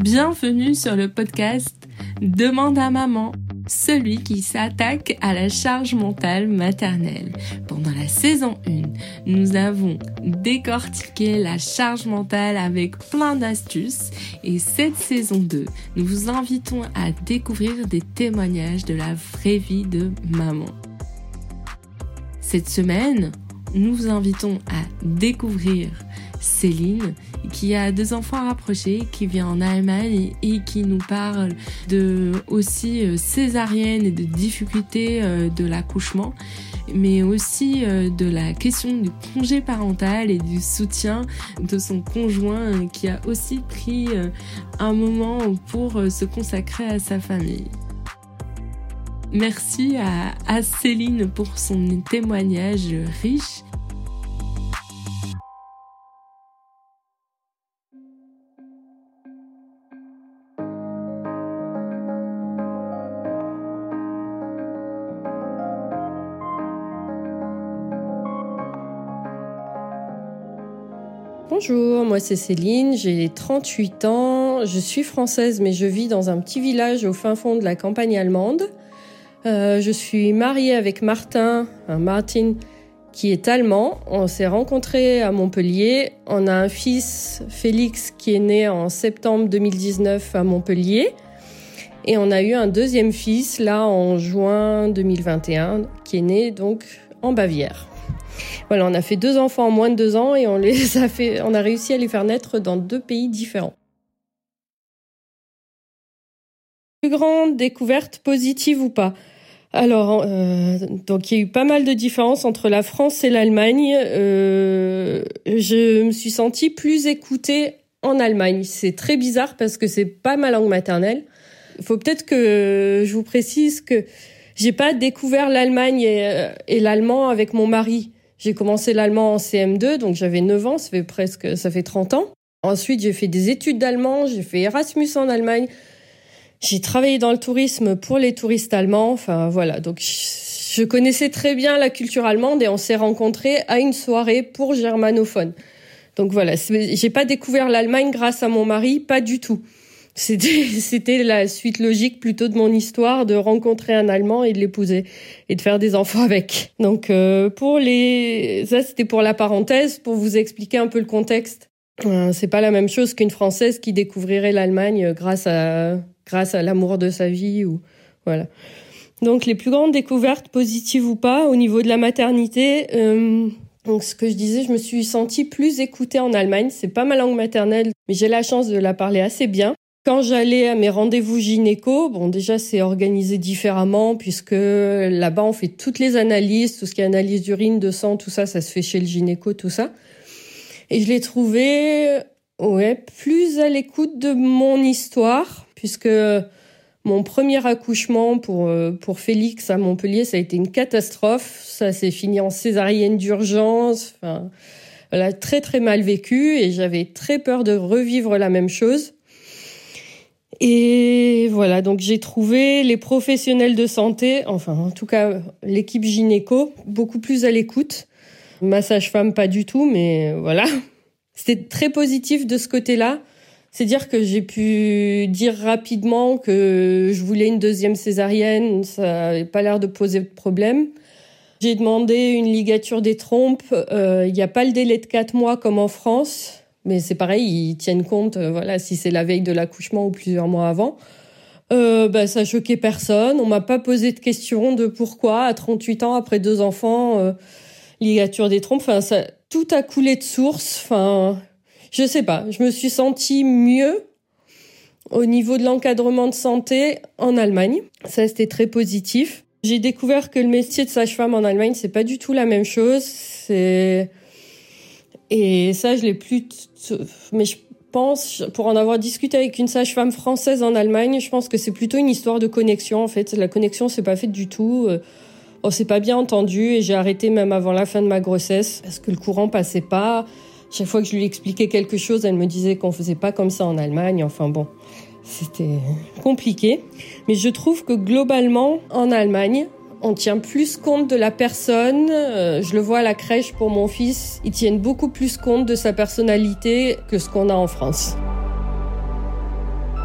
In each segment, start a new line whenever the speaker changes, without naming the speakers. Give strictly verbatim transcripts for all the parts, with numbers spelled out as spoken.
Bienvenue sur le podcast Demande à maman, celui qui s'attaque à la charge mentale maternelle. Pendant la saison un, nous avons décortiqué la charge mentale avec plein d'astuces et cette saison deux, nous vous invitons à découvrir des témoignages de la vraie vie de maman. Cette semaine, nous vous invitons à découvrir Céline, qui a deux enfants rapprochés, qui vit en Allemagne et qui nous parle de aussi césarienne et de difficultés de l'accouchement, mais aussi de la question du congé parental et du soutien de son conjoint qui a aussi pris un moment pour se consacrer à sa famille. Merci à, à Céline pour son témoignage riche.
Bonjour, moi c'est Céline, j'ai trente-huit ans, je suis française mais je vis dans un petit village au fin fond de la campagne allemande. Euh, je suis mariée avec Martin, un Martin qui est allemand. On s'est rencontrés à Montpellier. On a un fils, Félix, qui est né en septembre deux mille dix-neuf à Montpellier. Et on a eu un deuxième fils, là, en juin deux mille vingt et un, qui est né donc en Bavière. Voilà, on a fait deux enfants en moins de deux ans et on les a fait, on a réussi à les faire naître dans deux pays différents. Plus grande découverte positive ou pas? Alors, euh, donc il y a eu pas mal de différences entre la France et l'Allemagne. Euh, je me suis sentie plus écoutée en Allemagne. C'est très bizarre parce que c'est pas ma langue maternelle. Il faut peut-être que je vous précise que j'ai pas découvert l'Allemagne et, et l'allemand avec mon mari. J'ai commencé l'allemand en C M deux, donc j'avais neuf ans, ça fait presque, ça fait trente ans. Ensuite, j'ai fait des études d'allemand, j'ai fait Erasmus en Allemagne. J'ai travaillé dans le tourisme pour les touristes allemands. Enfin, voilà. Donc, je connaissais très bien la culture allemande et on s'est rencontrés à une soirée pour germanophones. Donc voilà. J'ai pas découvert l'Allemagne grâce à mon mari, pas du tout. C'était, c'était la suite logique plutôt de mon histoire de rencontrer un Allemand et de l'épouser et de faire des enfants avec. Donc, euh, pour les, ça, c'était pour la parenthèse, pour vous expliquer un peu le contexte. Euh, c'est pas la même chose qu'une Française qui découvrirait l'Allemagne grâce à, grâce à l'amour de sa vie ou, voilà. Donc, les plus grandes découvertes, positives ou pas, au niveau de la maternité, euh, donc, ce que je disais, je me suis sentie plus écoutée en Allemagne. C'est pas ma langue maternelle, mais j'ai la chance de la parler assez bien. Quand j'allais à mes rendez-vous gynéco, bon, déjà, c'est organisé différemment puisque là-bas, on fait toutes les analyses, tout ce qui est analyse d'urine, de sang, tout ça, ça se fait chez le gynéco, tout ça. Et je l'ai trouvé, ouais, plus à l'écoute de mon histoire puisque mon premier accouchement pour, pour Félix à Montpellier, ça a été une catastrophe. Ça s'est fini en césarienne d'urgence. Enfin, voilà, très, très mal vécu et j'avais très peur de revivre la même chose. Et voilà, donc j'ai trouvé les professionnels de santé, enfin en tout cas l'équipe gynéco, beaucoup plus à l'écoute. Ma sage-femme pas du tout, mais voilà. C'était très positif de ce côté-là. C'est-à-dire que j'ai pu dire rapidement que je voulais une deuxième césarienne, ça n'avait pas l'air de poser de problème. J'ai demandé une ligature des trompes, euh, il n'y a pas le délai de quatre mois comme en France. Mais c'est pareil, ils tiennent compte, euh, voilà, si c'est la veille de l'accouchement ou plusieurs mois avant. Euh, bah, ça choquait personne. On m'a pas posé de question de pourquoi, à trente-huit ans, après deux enfants, euh, ligature des trompes. Enfin, ça, tout a coulé de source. Enfin, je sais pas. Je me suis sentie mieux au niveau de l'encadrement de santé en Allemagne. Ça, c'était très positif. J'ai découvert que le métier de sage-femme en Allemagne, c'est pas du tout la même chose. C'est, et ça, je l'ai plus, t- mais je pense, pour en avoir discuté avec une sage-femme française en Allemagne, je pense que c'est plutôt une histoire de connexion, en fait. La connexion, c'est pas faite du tout. On s'est pas bien entendu et j'ai arrêté même avant la fin de ma grossesse parce que le courant passait pas. Chaque fois que je lui expliquais quelque chose, elle me disait qu'on faisait pas comme ça en Allemagne. Enfin bon, c'était compliqué. Mais je trouve que globalement, en Allemagne, on tient plus compte de la personne. Euh, je le vois à la crèche pour mon fils. Ils tiennent beaucoup plus compte de sa personnalité que ce qu'on a en France.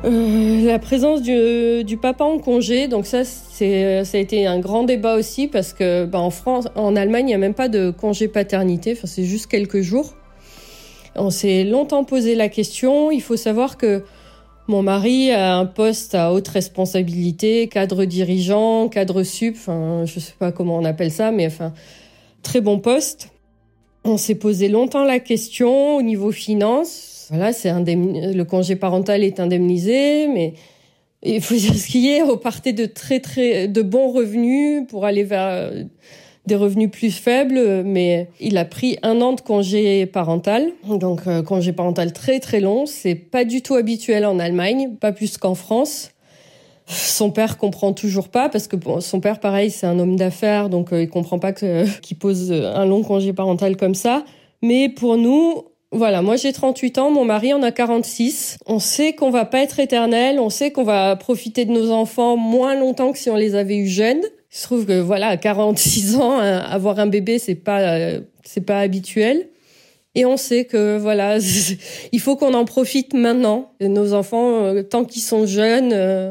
Euh, la présence du, du papa en congé, donc ça, c'est, ça a été un grand débat aussi parce que bah, en France, en Allemagne, il n'y a même pas de congé paternité, enfin, c'est juste quelques jours. On s'est longtemps posé la question. Il faut savoir que mon mari a un poste à haute responsabilité, cadre dirigeant, cadre sup, enfin, je sais pas comment on appelle ça, mais enfin, très bon poste. On s'est posé longtemps la question au niveau finance. Voilà, c'est indemni- le congé parental est indemnisé, mais il faut dire ce qui est, on partait de très très de bons revenus pour aller vers des revenus plus faibles, mais il a pris un an de congé parental, donc euh, congé parental très très long. C'est pas du tout habituel en Allemagne, pas plus qu'en France. Son père comprend toujours pas parce que bon, son père, pareil, c'est un homme d'affaires, donc euh, il comprend pas que, qu'il pose un long congé parental comme ça. Mais pour nous, voilà, moi j'ai trente-huit ans, mon mari en a quarante-six. On sait qu'on va pas être éternel, on sait qu'on va profiter de nos enfants moins longtemps que si on les avait eus jeunes. Il se trouve que voilà, à quarante-six ans, avoir un bébé, c'est pas c'est pas habituel. Et on sait que voilà, il faut qu'on en profite maintenant. Nos enfants, tant qu'ils sont jeunes. Euh,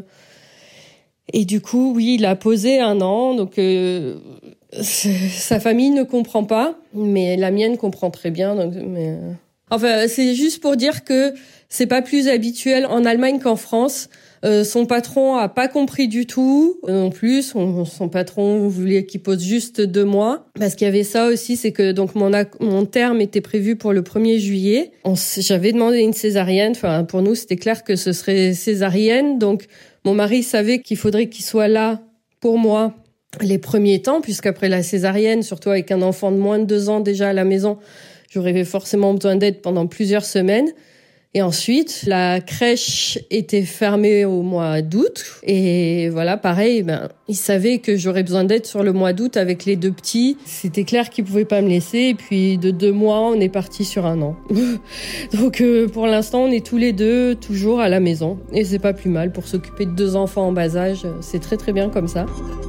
et du coup, oui, il a posé un an, donc euh, sa famille ne comprend pas, mais la mienne comprend très bien. Donc, mais euh... Enfin, c'est juste pour dire que c'est pas plus habituel en Allemagne qu'en France. Euh, son patron a pas compris du tout euh, non plus. Son, son patron voulait qu'il pose juste deux mois. Parce qu'il y avait ça aussi, c'est que donc mon, mon terme était prévu pour le premier juillet. On, j'avais demandé une césarienne. Enfin, pour nous, c'était clair que ce serait césarienne. Donc, mon mari savait qu'il faudrait qu'il soit là pour moi les premiers temps, puisqu'après la césarienne, surtout avec un enfant de moins de deux ans déjà à la maison, j'aurais forcément besoin d'aide pendant plusieurs semaines. Et ensuite, la crèche était fermée au mois d'août. Et voilà, pareil, ben, il savait que j'aurais besoin d'aide sur le mois d'août avec les deux petits. C'était clair qu'il pouvait pas me laisser. Et puis, de deux mois, on est parti sur un an. Donc, euh, pour l'instant, on est tous les deux toujours à la maison. Et c'est pas plus mal pour s'occuper de deux enfants en bas âge. C'est très, très bien comme ça.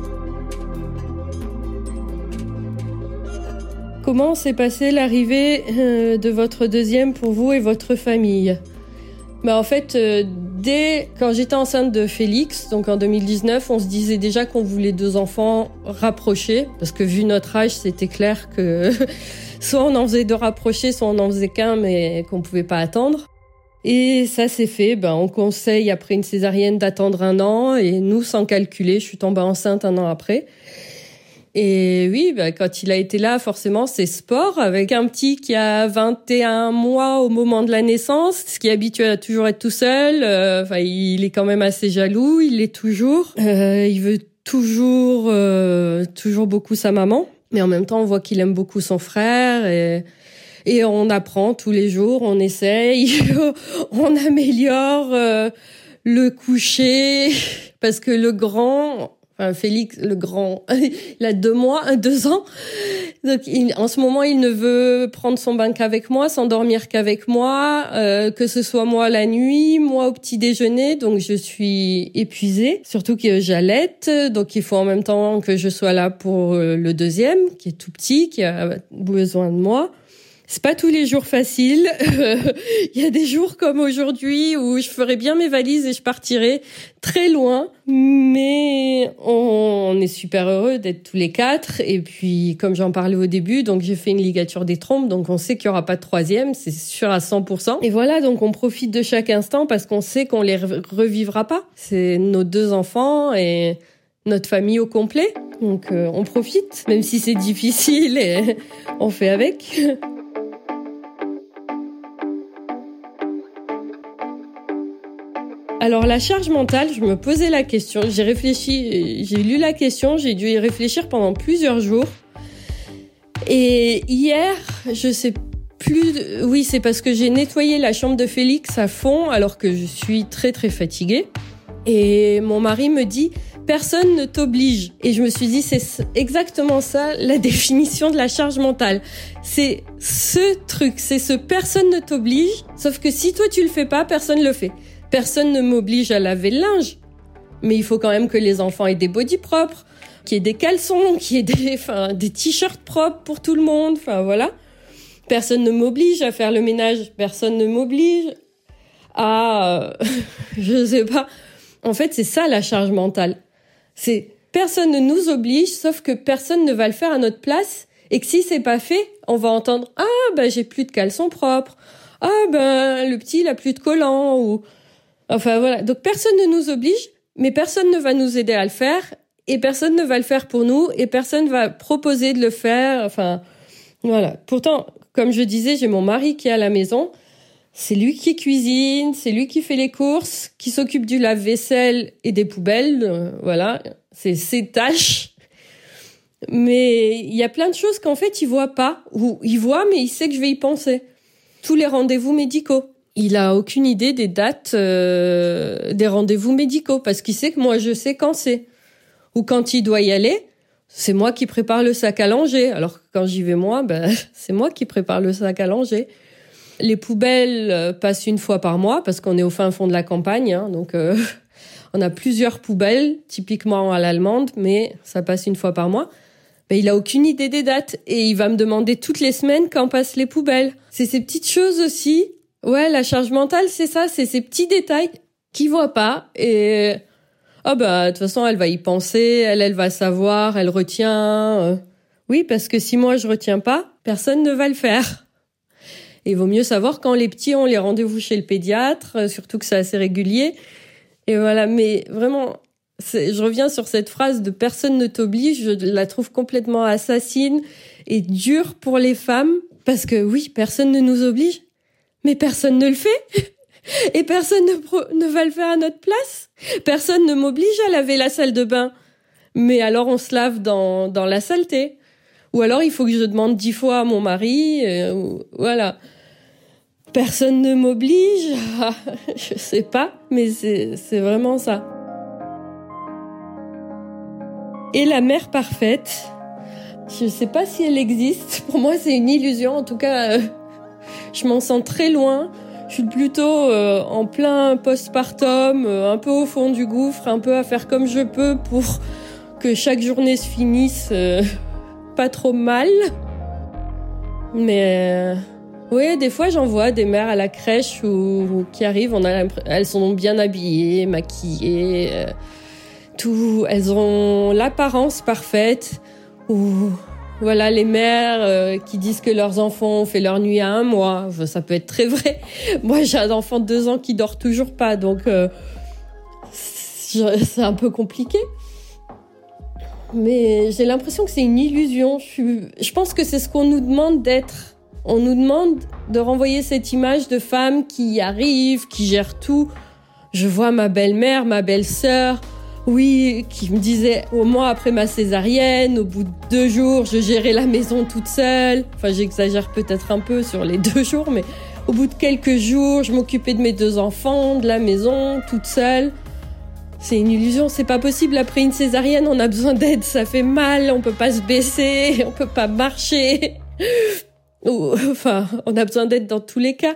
Comment s'est passée l'arrivée de votre deuxième pour vous et votre famille ? Bah en fait, euh, dès quand j'étais enceinte de Félix, donc en deux mille dix-neuf, on se disait déjà qu'on voulait deux enfants rapprochés, parce que vu notre âge, c'était clair que soit on en faisait deux rapprochés, soit on en faisait qu'un, mais qu'on pouvait pas attendre. Et ça s'est fait. Ben on conseille après une césarienne d'attendre un an, et nous, sans calculer, je suis tombée enceinte un an après. Et oui, bah, quand il a été là, forcément, c'est sport, avec un petit qui a vingt et un mois au moment de la naissance, ce qui est habitué à toujours être tout seul. Euh, enfin, il est quand même assez jaloux, il l'est toujours. Euh, il veut toujours, euh, toujours beaucoup sa maman. Mais en même temps, on voit qu'il aime beaucoup son frère et... Et on apprend tous les jours, on essaye, on améliore euh, le coucher, parce que le grand... Enfin, Félix, le grand, il a deux mois, deux ans. Donc, il, en ce moment, il ne veut prendre son bain qu'avec moi, s'endormir qu'avec moi, euh, que ce soit moi la nuit, moi au petit déjeuner. Donc, je suis épuisée. Surtout que j'allaite. Donc, il faut en même temps que je sois là pour le deuxième, qui est tout petit, qui a besoin de moi. C'est pas tous les jours facile. Il y a des jours comme aujourd'hui où je ferais bien mes valises et je partirais très loin. Mais on est super heureux d'être tous les quatre. Et puis, comme j'en parlais au début, donc j'ai fait une ligature des trompes. Donc on sait qu'il y aura pas de troisième, c'est sûr à cent pour cent. Et voilà, donc on profite de chaque instant parce qu'on sait qu'on les revivra pas. C'est nos deux enfants et notre famille au complet. Donc euh, on profite, même si c'est difficile et on fait avec. Alors la charge mentale, je me posais la question, j'ai réfléchi, j'ai lu la question, j'ai dû y réfléchir pendant plusieurs jours. Et hier, je sais plus, oui, c'est parce que j'ai nettoyé la chambre de Félix à fond alors que je suis très très fatiguée. Et mon mari me dit personne ne t'oblige. Et je me suis dit c'est exactement ça la définition de la charge mentale. C'est ce truc, c'est ce personne ne t'oblige, sauf que si toi tu le fais pas, personne le fait. Personne ne m'oblige à laver le linge. Mais il faut quand même que les enfants aient des bodys propres, qu'il y ait des caleçons, qu'il y ait des, enfin, des t-shirts propres pour tout le monde. Enfin, voilà. Personne ne m'oblige à faire le ménage. Personne ne m'oblige à, euh, je sais pas. En fait, c'est ça la charge mentale. C'est personne ne nous oblige, sauf que personne ne va le faire à notre place. Et que si c'est pas fait, on va entendre ah ben j'ai plus de caleçon propre, ah ben le petit il a plus de collant ou enfin voilà. Donc personne ne nous oblige, mais personne ne va nous aider à le faire et personne ne va le faire pour nous et personne va proposer de le faire. Enfin voilà. Pourtant, comme je disais, j'ai mon mari qui est à la maison. C'est lui qui cuisine, c'est lui qui fait les courses, qui s'occupe du lave-vaisselle et des poubelles. Euh, voilà, c'est ses tâches. Mais il y a plein de choses qu'en fait, il voit pas. Ou il voit, mais il sait que je vais y penser. Tous les rendez-vous médicaux. Il a aucune idée des dates euh, des rendez-vous médicaux parce qu'il sait que moi, je sais quand c'est. Ou quand il doit y aller, c'est moi qui prépare le sac à langer. Alors que quand j'y vais moi, ben c'est moi qui prépare le sac à langer. Les poubelles passent une fois par mois parce qu'on est au fin fond de la campagne, hein, donc euh, on a plusieurs poubelles, typiquement à l'allemande, mais ça passe une fois par mois. Ben, il a aucune idée des dates et il va me demander toutes les semaines quand passent les poubelles. C'est ces petites choses aussi. Ouais, la charge mentale, c'est ça, c'est ces petits détails qu'il voit pas et ah oh bah de toute façon elle va y penser, elle elle va savoir, elle retient. Euh... Oui, parce que si moi je retiens pas, personne ne va le faire. Et il vaut mieux savoir quand les petits ont les rendez-vous chez le pédiatre, surtout que c'est assez régulier. Et voilà, mais vraiment, c'est, je reviens sur cette phrase de « personne ne t'oblige », je la trouve complètement assassine et dure pour les femmes. Parce que oui, personne ne nous oblige, mais personne ne le fait. Et personne ne, pro- ne va le faire à notre place. Personne ne m'oblige à laver la salle de bain. Mais alors on se lave dans, dans la saleté. Ou alors il faut que je demande dix fois à mon mari. Euh, ou, voilà. Personne ne m'oblige. Je sais pas, mais c'est, c'est vraiment ça. Et la mère parfaite, je sais pas si elle existe. Pour moi, c'est une illusion. En tout cas, euh, je m'en sens très loin. Je suis plutôt euh, en plein postpartum, euh, un peu au fond du gouffre, un peu à faire comme je peux pour que chaque journée se finisse euh, pas trop mal. Mais... Euh, Oui, des fois, j'en vois des mères à la crèche où, où, qui arrivent, on a elles sont bien habillées, maquillées, euh, tout, elles ont l'apparence parfaite. Ou voilà, les mères euh, qui disent que leurs enfants ont fait leur nuit à un mois, enfin, ça peut être très vrai. Moi, j'ai un enfant de deux ans qui dort toujours pas, donc euh, c'est un peu compliqué. Mais j'ai l'impression que c'est une illusion. Je, suis, je pense que c'est ce qu'on nous demande d'être. On nous demande de renvoyer cette image de femme qui y arrive, qui gère tout. Je vois ma belle-mère, ma belle-sœur, oui, qui me disait au mois après ma césarienne, au bout de deux jours, je gérais la maison toute seule. Enfin, j'exagère peut-être un peu sur les deux jours, mais au bout de quelques jours, je m'occupais de mes deux enfants, de la maison, toute seule. C'est une illusion, c'est pas possible. Après une césarienne, on a besoin d'aide, ça fait mal, on peut pas se baisser, on peut pas marcher. Ou, enfin, on a besoin d'aide dans tous les cas.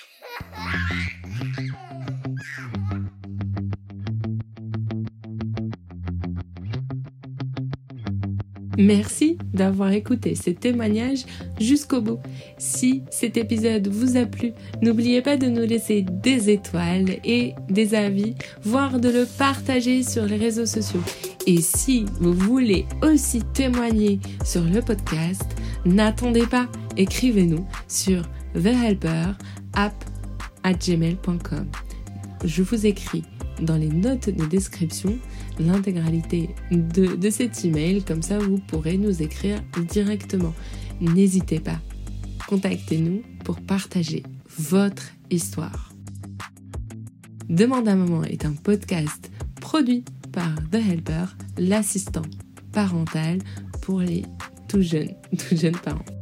Merci d'avoir écouté ces témoignages jusqu'au bout. Si cet épisode vous a plu, n'oubliez pas de nous laisser des étoiles et des avis, voire de le partager sur les réseaux sociaux. Et si vous voulez aussi témoigner sur le podcast, n'attendez pas, écrivez-nous sur the helper app arobase gmail point com. Je vous écris dans les notes de description l'intégralité de, de cet email, comme ça vous pourrez nous écrire directement. N'hésitez pas, contactez-nous pour partager votre histoire. Demande à maman est un podcast produit par The Helper, l'assistant parental pour les tout jeunes, tout jeunes parents.